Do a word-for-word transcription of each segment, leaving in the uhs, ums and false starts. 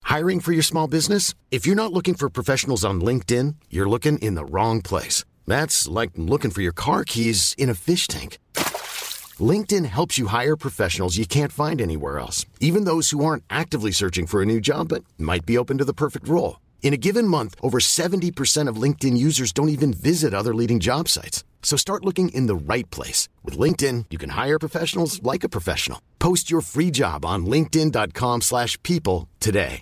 Hiring for your small business? If you're not looking for professionals on LinkedIn, you're looking in the wrong place. That's like looking for your car keys in a fish tank. LinkedIn helps you hire professionals you can't find anywhere else, even those who aren't actively searching for a new job but might be open to the perfect role. In a given month, over seventy percent of LinkedIn users don't even visit other leading job sites. So start looking in the right place. With LinkedIn, you can hire professionals like a professional. Post your free job on linkedin.com slash people today.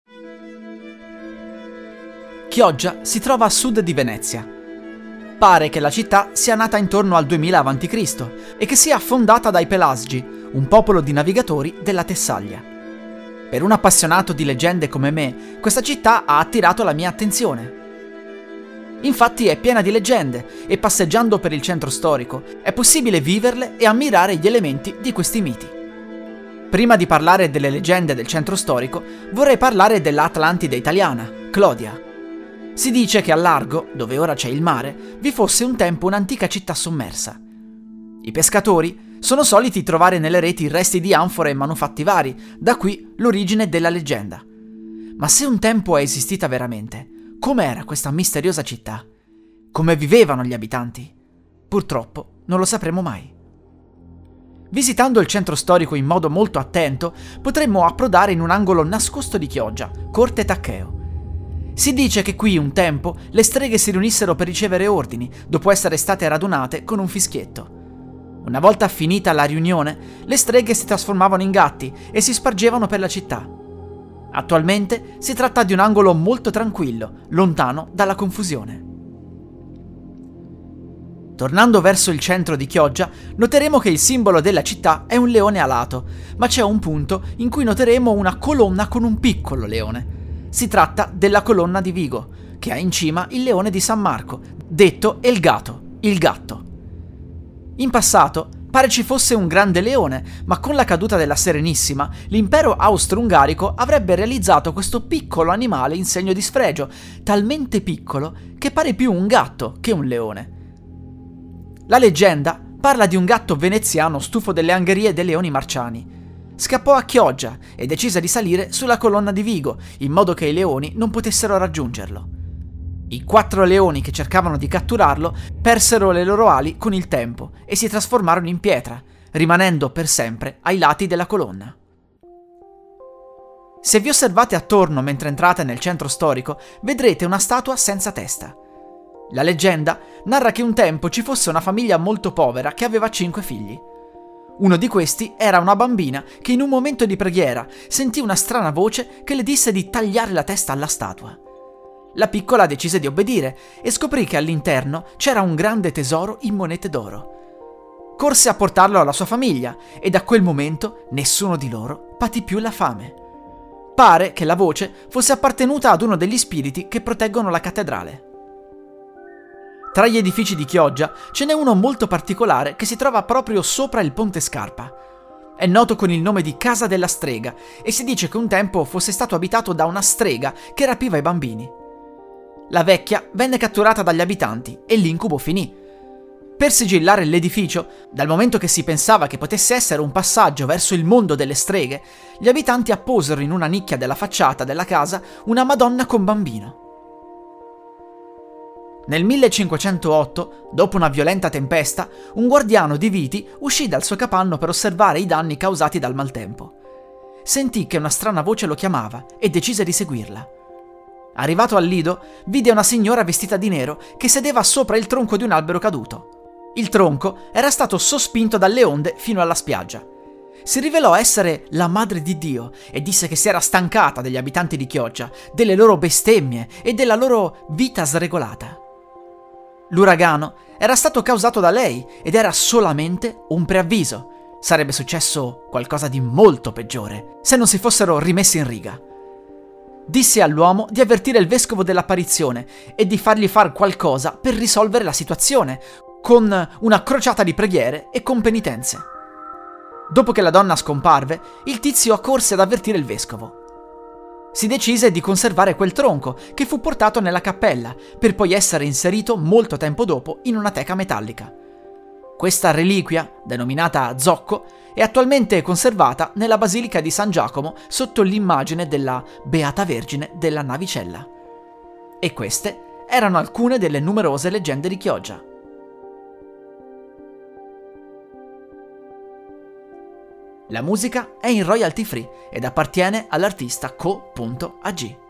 Chioggia si trova a sud di Venezia. Pare che la città sia nata intorno al duemila avanti Cristo e che sia fondata dai Pelasgi, un popolo di navigatori della Tessaglia. Per un appassionato di leggende come me, questa città ha attirato la mia attenzione. Infatti è piena di leggende e passeggiando per il centro storico è possibile viverle e ammirare gli elementi di questi miti. Prima di parlare delle leggende del centro storico, vorrei parlare dell'Atlantide italiana, Clodia. Si dice che a largo, dove ora c'è il mare, vi fosse un tempo un'antica città sommersa. I pescatori sono soliti trovare nelle reti resti di anfore e manufatti vari, da qui l'origine della leggenda. Ma se un tempo è esistita veramente, com'era questa misteriosa città? Come vivevano gli abitanti? Purtroppo non lo sapremo mai. Visitando il centro storico in modo molto attento, potremmo approdare in un angolo nascosto di Chioggia, Corte Taccheo. Si dice che qui un tempo le streghe si riunissero per ricevere ordini, dopo essere state radunate con un fischietto. Una volta finita la riunione, le streghe si trasformavano in gatti e si spargevano per la città. Attualmente si tratta di un angolo molto tranquillo, lontano dalla confusione. Tornando verso il centro di Chioggia, noteremo che il simbolo della città è un leone alato, ma c'è un punto in cui noteremo una colonna con un piccolo leone. Si tratta della colonna di Vigo, che ha in cima il leone di San Marco, detto El Gato, il gatto. In passato pare ci fosse un grande leone, ma con la caduta della Serenissima, l'impero austro-ungarico avrebbe realizzato questo piccolo animale in segno di sfregio, talmente piccolo che pare più un gatto che un leone. La leggenda parla di un gatto veneziano stufo delle angherie dei leoni marciani. Scappò a Chioggia e decise di salire sulla colonna di Vigo, in modo che i leoni non potessero raggiungerlo. I quattro leoni che cercavano di catturarlo persero le loro ali con il tempo e si trasformarono in pietra, rimanendo per sempre ai lati della colonna. Se vi osservate attorno mentre entrate nel centro storico, vedrete una statua senza testa. La leggenda narra che un tempo ci fosse una famiglia molto povera che aveva cinque figli. Uno di questi era una bambina che in un momento di preghiera sentì una strana voce che le disse di tagliare la testa alla statua. La piccola decise di obbedire e scoprì che all'interno c'era un grande tesoro in monete d'oro. Corse a portarlo alla sua famiglia e da quel momento nessuno di loro patì più la fame. Pare che la voce fosse appartenuta ad uno degli spiriti che proteggono la cattedrale. Tra gli edifici di Chioggia ce n'è uno molto particolare che si trova proprio sopra il Ponte Scarpa. È noto con il nome di Casa della Strega e si dice che un tempo fosse stato abitato da una strega che rapiva i bambini. La vecchia venne catturata dagli abitanti e l'incubo finì. Per sigillare l'edificio, dal momento che si pensava che potesse essere un passaggio verso il mondo delle streghe, gli abitanti apposero in una nicchia della facciata della casa una Madonna con bambino. Nel millecinquecentootto, dopo una violenta tempesta, un guardiano di viti uscì dal suo capanno per osservare i danni causati dal maltempo. Sentì che una strana voce lo chiamava e decise di seguirla. Arrivato al lido, vide una signora vestita di nero che sedeva sopra il tronco di un albero caduto. Il tronco era stato sospinto dalle onde fino alla spiaggia. Si rivelò essere la madre di Dio e disse che si era stancata degli abitanti di Chioggia, delle loro bestemmie e della loro vita sregolata. L'uragano era stato causato da lei ed era solamente un preavviso. Sarebbe successo qualcosa di molto peggiore se non si fossero rimessi in riga. Disse all'uomo di avvertire il vescovo dell'apparizione e di fargli far qualcosa per risolvere la situazione, con una crociata di preghiere e con penitenze. Dopo che la donna scomparve, il tizio accorse ad avvertire il vescovo. Si decise di conservare quel tronco, che fu portato nella cappella, per poi essere inserito molto tempo dopo in una teca metallica. Questa reliquia, denominata zocco, è attualmente conservata nella Basilica di San Giacomo sotto l'immagine della Beata Vergine della Navicella. E queste erano alcune delle numerose leggende di Chioggia. La musica è in royalty free ed appartiene all'artista co punto a gi.